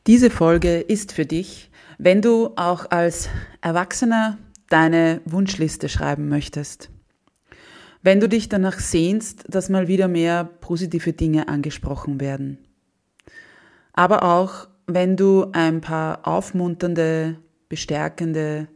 Diese Folge ist für dich, wenn du auch als Erwachsener deine Wunschliste schreiben möchtest. Wenn du dich danach sehnst, dass mal wieder mehr positive Dinge angesprochen werden. Aber auch, wenn du ein paar aufmunternde, bestärkende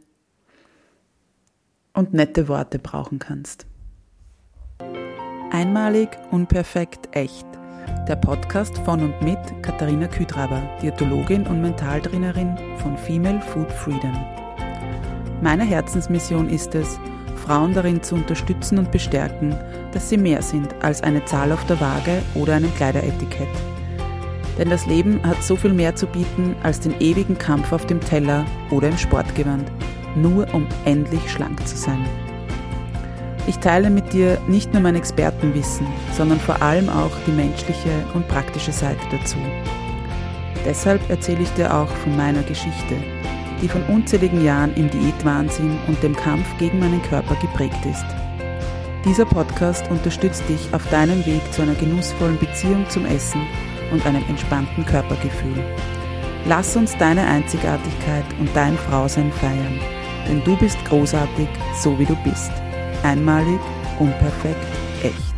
und nette Worte brauchen kannst. Einmalig, unperfekt, echt. Der Podcast von und mit Katharina Küdraber, Diätologin und Mentaltrainerin von Female Food Freedom. Meine Herzensmission ist es, Frauen darin zu unterstützen und bestärken, dass sie mehr sind als eine Zahl auf der Waage oder einem Kleideretikett. Denn das Leben hat so viel mehr zu bieten als den ewigen Kampf auf dem Teller oder im Sportgewand, nur um endlich schlank zu sein. Ich teile mit dir nicht nur mein Expertenwissen, sondern vor allem auch die menschliche und praktische Seite dazu. Deshalb erzähle ich dir auch von meiner Geschichte, die von unzähligen Jahren im Diätwahnsinn und dem Kampf gegen meinen Körper geprägt ist. Dieser Podcast unterstützt dich auf deinem Weg zu einer genussvollen Beziehung zum Essen und einem entspannten Körpergefühl. Lass uns deine Einzigartigkeit und dein Frausein feiern, denn du bist großartig, so wie du bist. Einmalig, unperfekt, echt.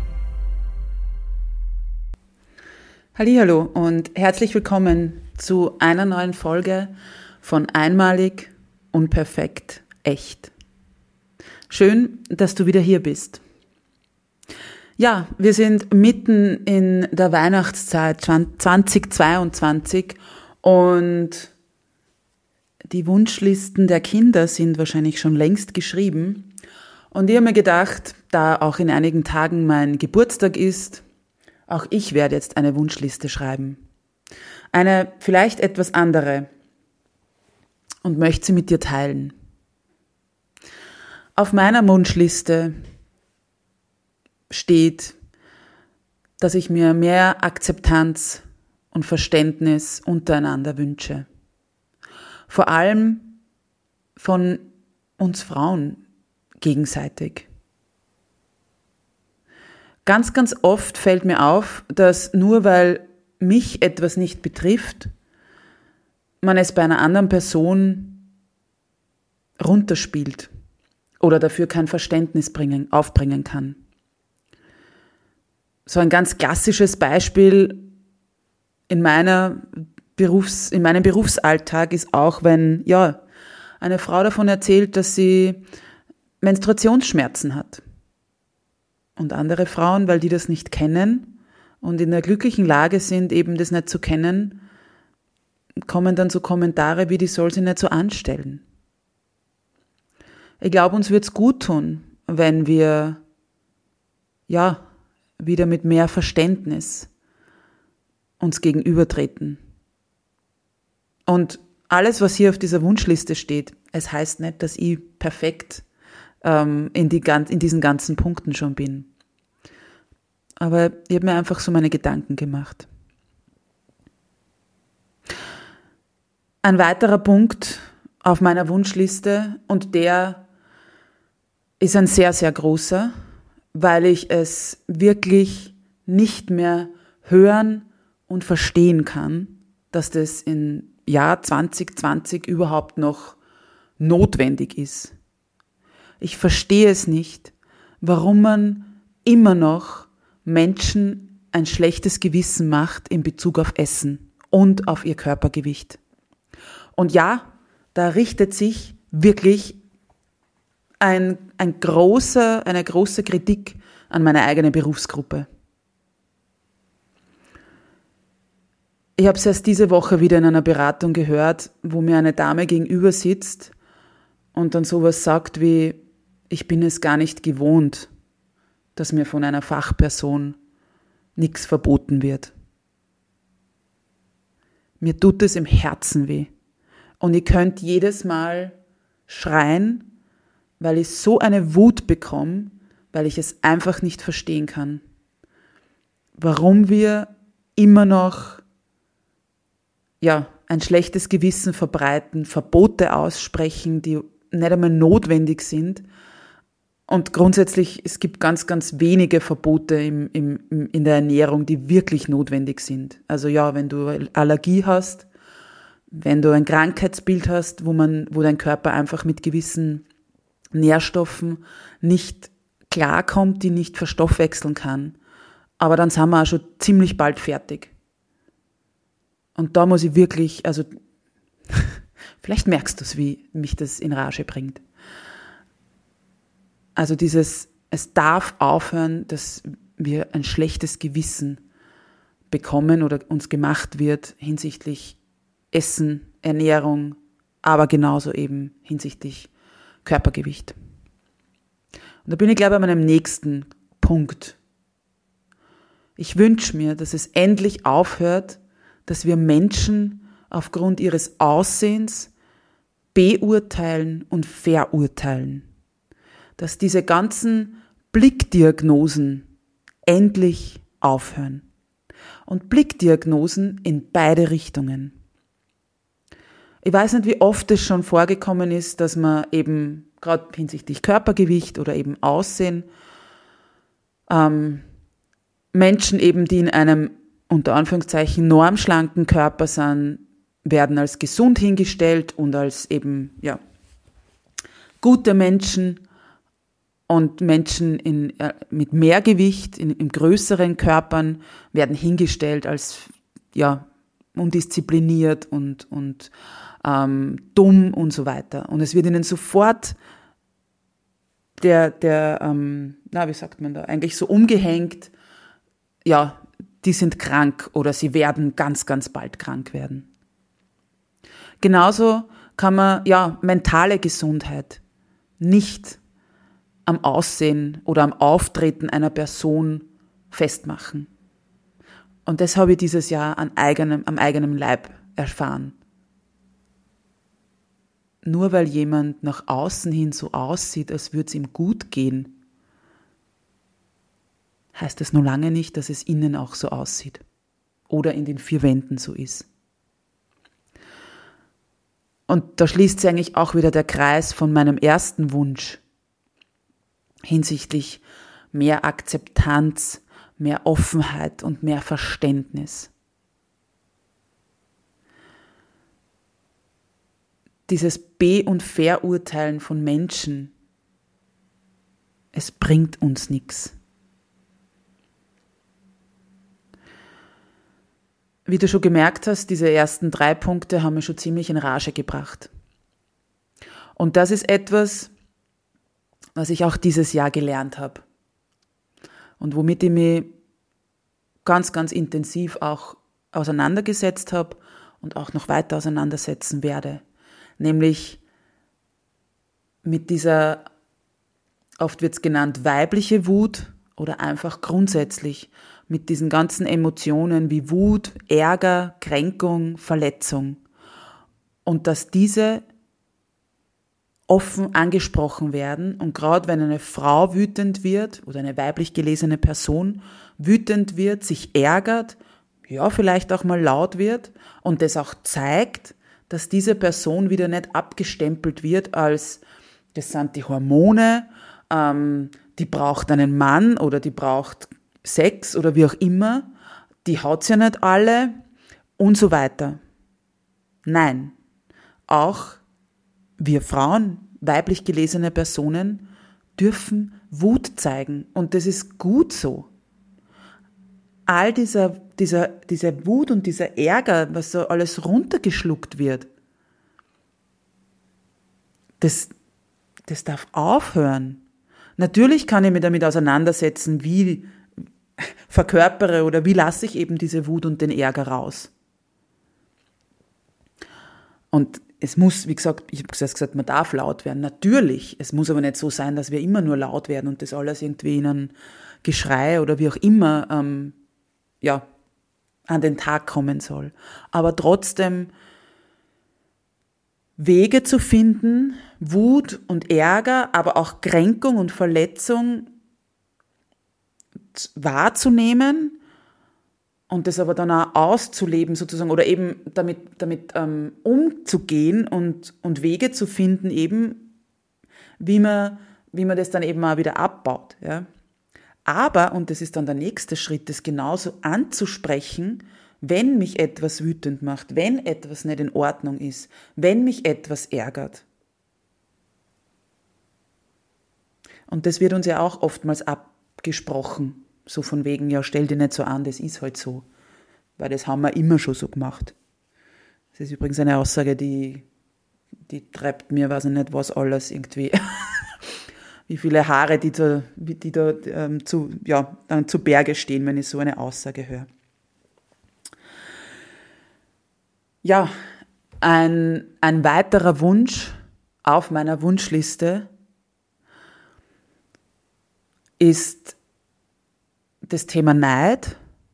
Hallihallo und herzlich willkommen zu einer neuen Folge von Einmalig, unperfekt, echt. Schön, dass du wieder hier bist. Ja, wir sind mitten in der Weihnachtszeit 2022 und die Wunschlisten der Kinder sind wahrscheinlich schon längst geschrieben. Und ich habe mir gedacht, da auch in einigen Tagen mein Geburtstag ist, auch ich werde jetzt eine Wunschliste schreiben. Eine vielleicht etwas andere und möchte sie mit dir teilen. Auf meiner Wunschliste steht, dass ich mir mehr Akzeptanz und Verständnis untereinander wünsche. Vor allem von uns Frauen gegenseitig. Ganz, ganz oft fällt mir auf, dass nur weil mich etwas nicht betrifft, man es bei einer anderen Person runterspielt oder dafür kein Verständnis aufbringen kann. So ein ganz klassisches Beispiel in meinem Berufsalltag ist auch, wenn eine Frau davon erzählt, dass sie Menstruationsschmerzen hat. Und andere Frauen, weil die das nicht kennen und in der glücklichen Lage sind, eben das nicht zu kennen, kommen dann so Kommentare wie, die soll sich nicht so anstellen. Ich glaube, uns wird's gut tun, wenn wir wieder mit mehr Verständnis uns gegenübertreten. Und alles, was hier auf dieser Wunschliste steht, es heißt nicht, dass ich perfekt in diesen ganzen Punkten schon bin. Aber ich habe mir einfach so meine Gedanken gemacht. Ein weiterer Punkt auf meiner Wunschliste, und der ist ein sehr, sehr großer, weil ich es wirklich nicht mehr hören und verstehen kann, dass das im Jahr 2020 überhaupt noch notwendig ist. Ich verstehe es nicht, warum man immer noch Menschen ein schlechtes Gewissen macht in Bezug auf Essen und auf ihr Körpergewicht. Und ja, da richtet sich wirklich eine große Kritik an meine eigene Berufsgruppe. Ich habe es erst diese Woche wieder in einer Beratung gehört, wo mir eine Dame gegenüber sitzt und dann sowas sagt wie: Ich bin es gar nicht gewohnt, dass mir von einer Fachperson nichts verboten wird. Mir tut es im Herzen weh. Und ich könnte jedes Mal schreien, weil ich so eine Wut bekomme, weil ich es einfach nicht verstehen kann. Warum wir immer noch ein schlechtes Gewissen verbreiten, Verbote aussprechen, die nicht einmal notwendig sind. Und grundsätzlich, es gibt ganz, ganz wenige Verbote in der Ernährung, die wirklich notwendig sind. Also wenn du Allergie hast Wenn du ein Krankheitsbild hast, wo dein Körper einfach mit gewissen Nährstoffen nicht klarkommt, die nicht verstoffwechseln kann. Aber dann sind wir auch schon ziemlich bald fertig. Und da muss ich wirklich, also vielleicht merkst du es, wie mich das in Rage bringt. Also es darf aufhören, dass wir ein schlechtes Gewissen bekommen oder uns gemacht wird hinsichtlich Essen, Ernährung, aber genauso eben hinsichtlich Körpergewicht. Und da bin ich, glaube ich, bei meinem nächsten Punkt. Ich wünsche mir, dass es endlich aufhört, dass wir Menschen aufgrund ihres Aussehens beurteilen und verurteilen. Dass diese ganzen Blickdiagnosen endlich aufhören. Und Blickdiagnosen in beide Richtungen. Ich weiß nicht, wie oft es schon vorgekommen ist, dass man eben gerade hinsichtlich Körpergewicht oder eben Aussehen Menschen eben, die in einem unter Anführungszeichen normschlanken Körper sind, werden als gesund hingestellt und als eben gute Menschen, und Menschen mit mehr Gewicht, in größeren Körpern werden hingestellt als undiszipliniert und dumm und so weiter. Und es wird ihnen sofort wie sagt man da, eigentlich so umgehängt, ja, die sind krank oder sie werden ganz, ganz bald krank werden. Genauso kann man, mentale Gesundheit nicht am Aussehen oder am Auftreten einer Person festmachen. Und das habe ich dieses Jahr am eigenen Leib erfahren. Nur weil jemand nach außen hin so aussieht, als würde es ihm gut gehen, heißt das noch lange nicht, dass es innen auch so aussieht oder in den 4 Wänden so ist. Und da schließt sich eigentlich auch wieder der Kreis von meinem ersten Wunsch hinsichtlich mehr Akzeptanz, mehr Offenheit und mehr Verständnis. Dieses Be- und Verurteilen von Menschen, es bringt uns nichts. Wie du schon gemerkt hast, diese ersten 3 Punkte haben mich schon ziemlich in Rage gebracht. Und das ist etwas, was ich auch dieses Jahr gelernt habe und womit ich mich ganz, ganz intensiv auch auseinandergesetzt habe und auch noch weiter auseinandersetzen werde. Nämlich mit dieser, oft wird es genannt, weibliche Wut oder einfach grundsätzlich mit diesen ganzen Emotionen wie Wut, Ärger, Kränkung, Verletzung. Und dass diese offen angesprochen werden. Und gerade wenn eine Frau wütend wird oder eine weiblich gelesene Person wütend wird, sich ärgert, vielleicht auch mal laut wird und das auch zeigt, dass diese Person wieder nicht abgestempelt wird als, das sind die Hormone, die braucht einen Mann oder die braucht Sex oder wie auch immer, die hat's ja nicht alle und so weiter. Nein, auch wir Frauen, weiblich gelesene Personen, dürfen Wut zeigen und das ist gut so. All diese Wut und dieser Ärger, was so alles runtergeschluckt wird, das darf aufhören. Natürlich kann ich mich damit auseinandersetzen, wie verkörpere oder wie lasse ich eben diese Wut und den Ärger raus. Und es muss, wie gesagt, ich habe gesagt, man darf laut werden. Natürlich, es muss aber nicht so sein, dass wir immer nur laut werden und das alles irgendwie in ein Geschrei oder wie auch immer an den Tag kommen soll. Aber trotzdem Wege zu finden, Wut und Ärger, aber auch Kränkung und Verletzung wahrzunehmen und das aber dann auch auszuleben sozusagen oder eben damit umzugehen und Wege zu finden eben, wie man das dann eben auch wieder abbaut. Ja. Aber, und das ist dann der nächste Schritt, das genauso anzusprechen, wenn mich etwas wütend macht, wenn etwas nicht in Ordnung ist, wenn mich etwas ärgert. Und das wird uns ja auch oftmals abgesprochen, so von wegen, ja, stell dir nicht so an, das ist halt so. Weil das haben wir immer schon so gemacht. Das ist übrigens eine Aussage, die treibt mir, weiß ich nicht, was alles irgendwie, wie viele Haare, die da dann zu Berge stehen, wenn ich so eine Aussage höre. Ja, ein weiterer Wunsch auf meiner Wunschliste ist das Thema Neid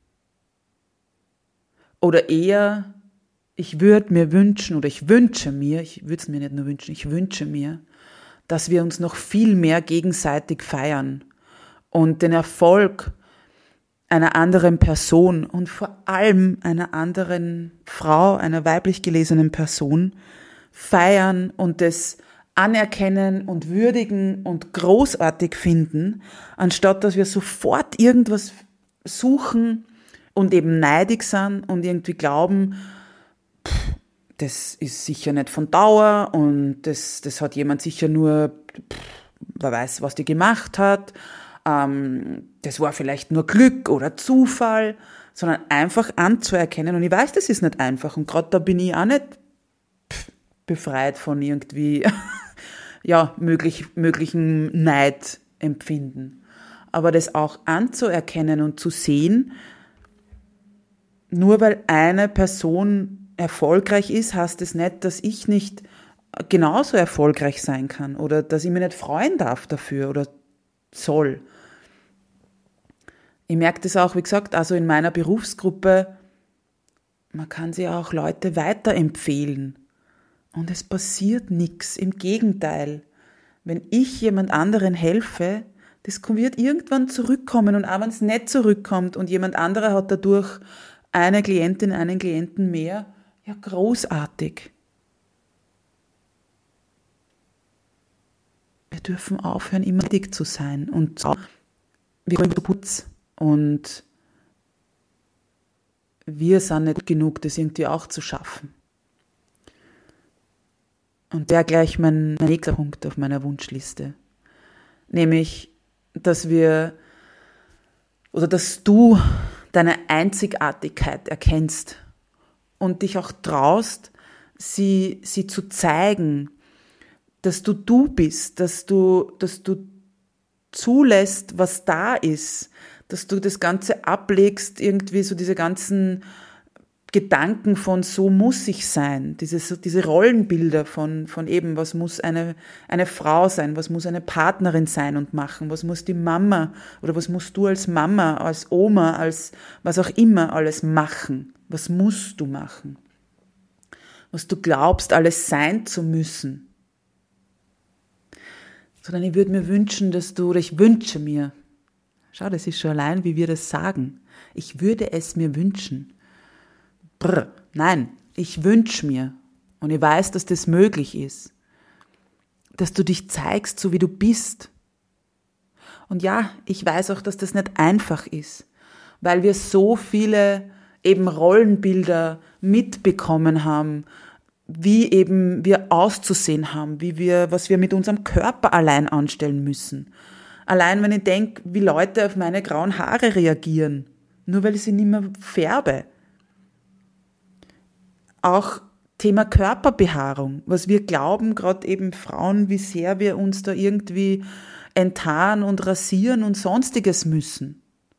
oder eher, ich würde mir wünschen oder ich wünsche mir, ich würde es mir nicht nur wünschen, ich wünsche mir, dass wir uns noch viel mehr gegenseitig feiern und den Erfolg einer anderen Person und vor allem einer anderen Frau, einer weiblich gelesenen Person feiern und das anerkennen und würdigen und großartig finden, anstatt dass wir sofort irgendwas suchen und eben neidig sind und irgendwie glauben, das ist sicher nicht von Dauer und das hat jemand sicher nur, wer weiß, was die gemacht hat, das war vielleicht nur Glück oder Zufall, sondern einfach anzuerkennen. Und ich weiß, das ist nicht einfach und gerade da bin ich auch nicht befreit von irgendwie möglichen Neid empfinden. Aber das auch anzuerkennen und zu sehen, nur weil eine Person erfolgreich ist, heißt es nicht, dass ich nicht genauso erfolgreich sein kann oder dass ich mich nicht freuen darf dafür oder soll. Ich merke das auch, wie gesagt, also in meiner Berufsgruppe, man kann sich auch Leute weiterempfehlen. Und es passiert nichts. Im Gegenteil. Wenn ich jemand anderen helfe, das wird irgendwann zurückkommen. Und auch wenn es nicht zurückkommt und jemand anderer hat dadurch eine Klientin, einen Klienten mehr, ja, großartig. Wir dürfen aufhören, immer dick zu sein. Und wir wollen Putz. Und wir sind nicht genug, das irgendwie auch zu schaffen. Und der gleich mein nächster Punkt auf meiner Wunschliste. Nämlich, dass du deine Einzigartigkeit erkennst und dich auch traust, sie zu zeigen, dass du bist, dass du zulässt, was da ist, dass du das Ganze ablegst, irgendwie so diese ganzen Gedanken von so muss ich sein, diese Rollenbilder von eben, was muss eine Frau sein, was muss eine Partnerin sein und machen, was muss die Mama oder was musst du als Mama, als Oma, als was auch immer alles machen, was musst du machen, was du glaubst, alles sein zu müssen. Sondern ich würde mir wünschen, ich wünsche mir, schau, das ist schon allein, wie wir das sagen, ich würde es mir wünschen. Nein, ich wünsche mir, und ich weiß, dass das möglich ist, dass du dich zeigst, so wie du bist. Und ja, ich weiß auch, dass das nicht einfach ist, weil wir so viele eben Rollenbilder mitbekommen haben, wie eben wir auszusehen haben, was wir mit unserem Körper allein anstellen müssen. Allein wenn ich denke, wie Leute auf meine grauen Haare reagieren, nur weil ich sie nicht mehr färbe. Auch Thema Körperbehaarung, was wir glauben, gerade eben Frauen, wie sehr wir uns da irgendwie enthaaren und rasieren und sonstiges müssen.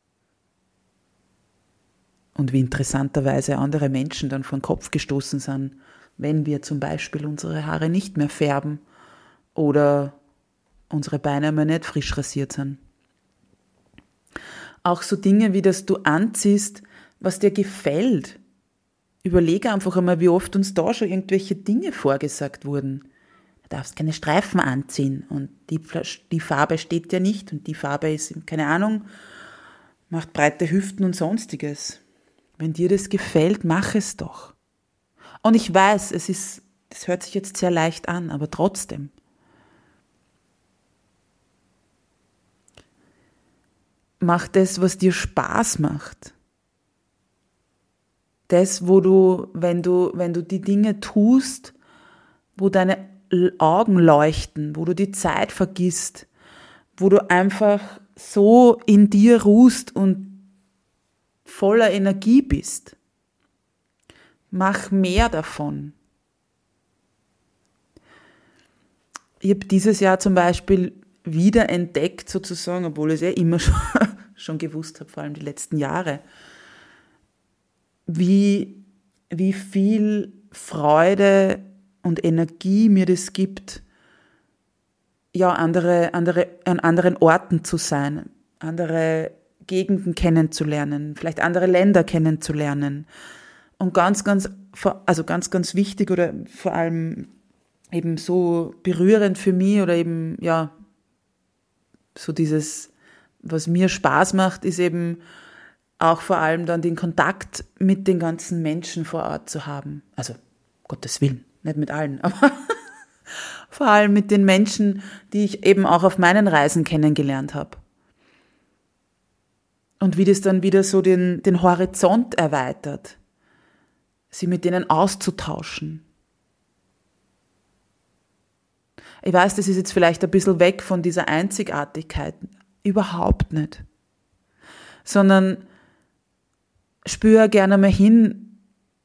Und wie interessanterweise andere Menschen dann vor den Kopf gestoßen sind, wenn wir zum Beispiel unsere Haare nicht mehr färben oder unsere Beine einmal nicht frisch rasiert sind. Auch so Dinge wie, dass du anziehst, was dir gefällt. Überlege einfach einmal, wie oft uns da schon irgendwelche Dinge vorgesagt wurden. Du darfst keine Streifen anziehen und die Farbe steht dir nicht und die Farbe ist, keine Ahnung, macht breite Hüften und sonstiges. Wenn dir das gefällt, mach es doch. Und ich weiß, das hört sich jetzt sehr leicht an, aber trotzdem. Mach das, was dir Spaß macht. das, wenn du die Dinge tust, wo deine Augen leuchten, wo du die Zeit vergisst, wo du einfach so in dir ruhst und voller Energie bist. Mach mehr davon. Ich habe dieses Jahr zum Beispiel wieder entdeckt, sozusagen, obwohl ich es immer schon gewusst habe, vor allem die letzten Jahre, wie viel Freude und Energie mir das gibt, ja, an anderen Orten zu sein, andere Gegenden kennenzulernen, vielleicht andere Länder kennenzulernen. Und ganz wichtig oder vor allem eben so berührend für mich oder eben, ja, so dieses, was mir Spaß macht, ist eben auch vor allem dann den Kontakt mit den ganzen Menschen vor Ort zu haben. Also, Gottes Willen, nicht mit allen, aber vor allem mit den Menschen, die ich eben auch auf meinen Reisen kennengelernt habe. Und wie das dann wieder so den Horizont erweitert, sie mit denen auszutauschen. Ich weiß, das ist jetzt vielleicht ein bisschen weg von dieser Einzigartigkeit. Überhaupt nicht. Sondern spür gerne mal hin,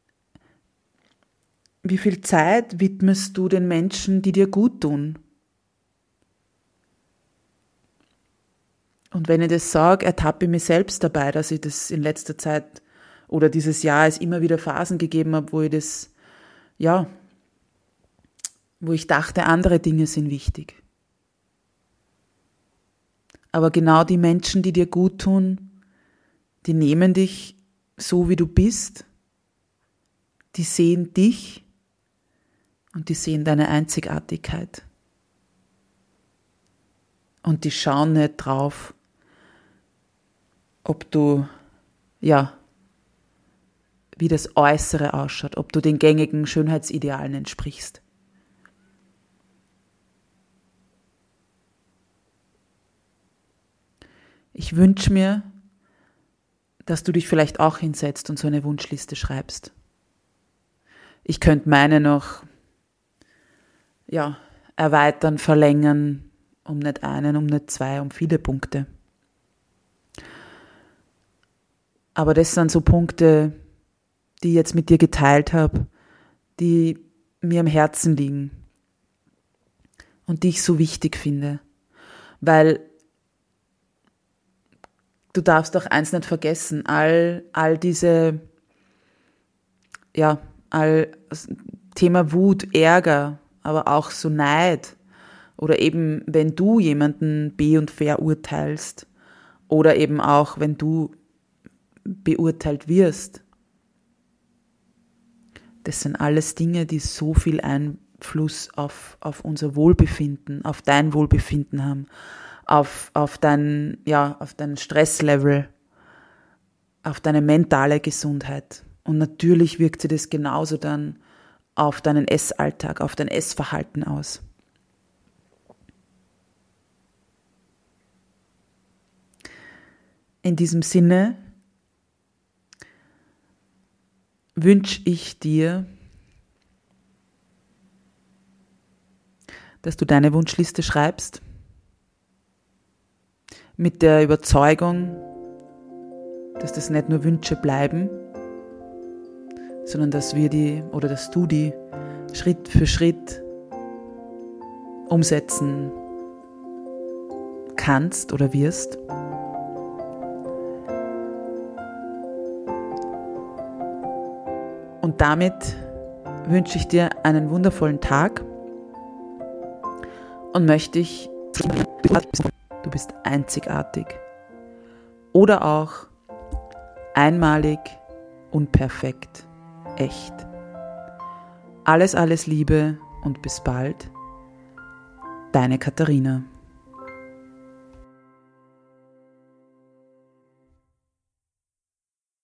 wie viel Zeit widmest du den Menschen, die dir gut tun? Und wenn ich das sage, ertappe ich mich selbst dabei, dass ich das in letzter Zeit oder dieses Jahr es immer wieder Phasen gegeben habe, wo ich das, ja, wo ich dachte, andere Dinge sind wichtig. Aber genau die Menschen, die dir gut tun, die nehmen dich so, wie du bist, die sehen dich und die sehen deine Einzigartigkeit. Und die schauen nicht drauf, ob du, ja, wie das Äußere ausschaut, ob du den gängigen Schönheitsidealen entsprichst. Ich wünsche mir, dass du dich vielleicht auch hinsetzt und so eine Wunschliste schreibst. Ich könnte meine noch, ja, erweitern, verlängern, um nicht einen, um nicht zwei, um viele Punkte. Aber das sind so Punkte, die ich jetzt mit dir geteilt habe, die mir am Herzen liegen und die ich so wichtig finde. Weil du darfst auch eins nicht vergessen, all diese, ja, Thema Wut, Ärger, aber auch so Neid oder eben, wenn du jemanden und verurteilst oder eben auch, wenn du beurteilt wirst. Das sind alles Dinge, die so viel Einfluss auf unser Wohlbefinden, auf dein Wohlbefinden haben, auf dein Stresslevel, auf deine mentale Gesundheit. Und natürlich wirkt sich das genauso dann auf deinen Essalltag, auf dein Essverhalten aus. In diesem Sinne wünsche ich dir, dass du deine Wunschliste schreibst, mit der Überzeugung, dass das nicht nur Wünsche bleiben, sondern dass du die Schritt für Schritt umsetzen kannst oder wirst. Und damit wünsche ich dir einen wundervollen Tag und möchte dich, du bist einzigartig oder auch einmalig, unperfekt, echt. Alles Liebe und bis bald, deine Katharina.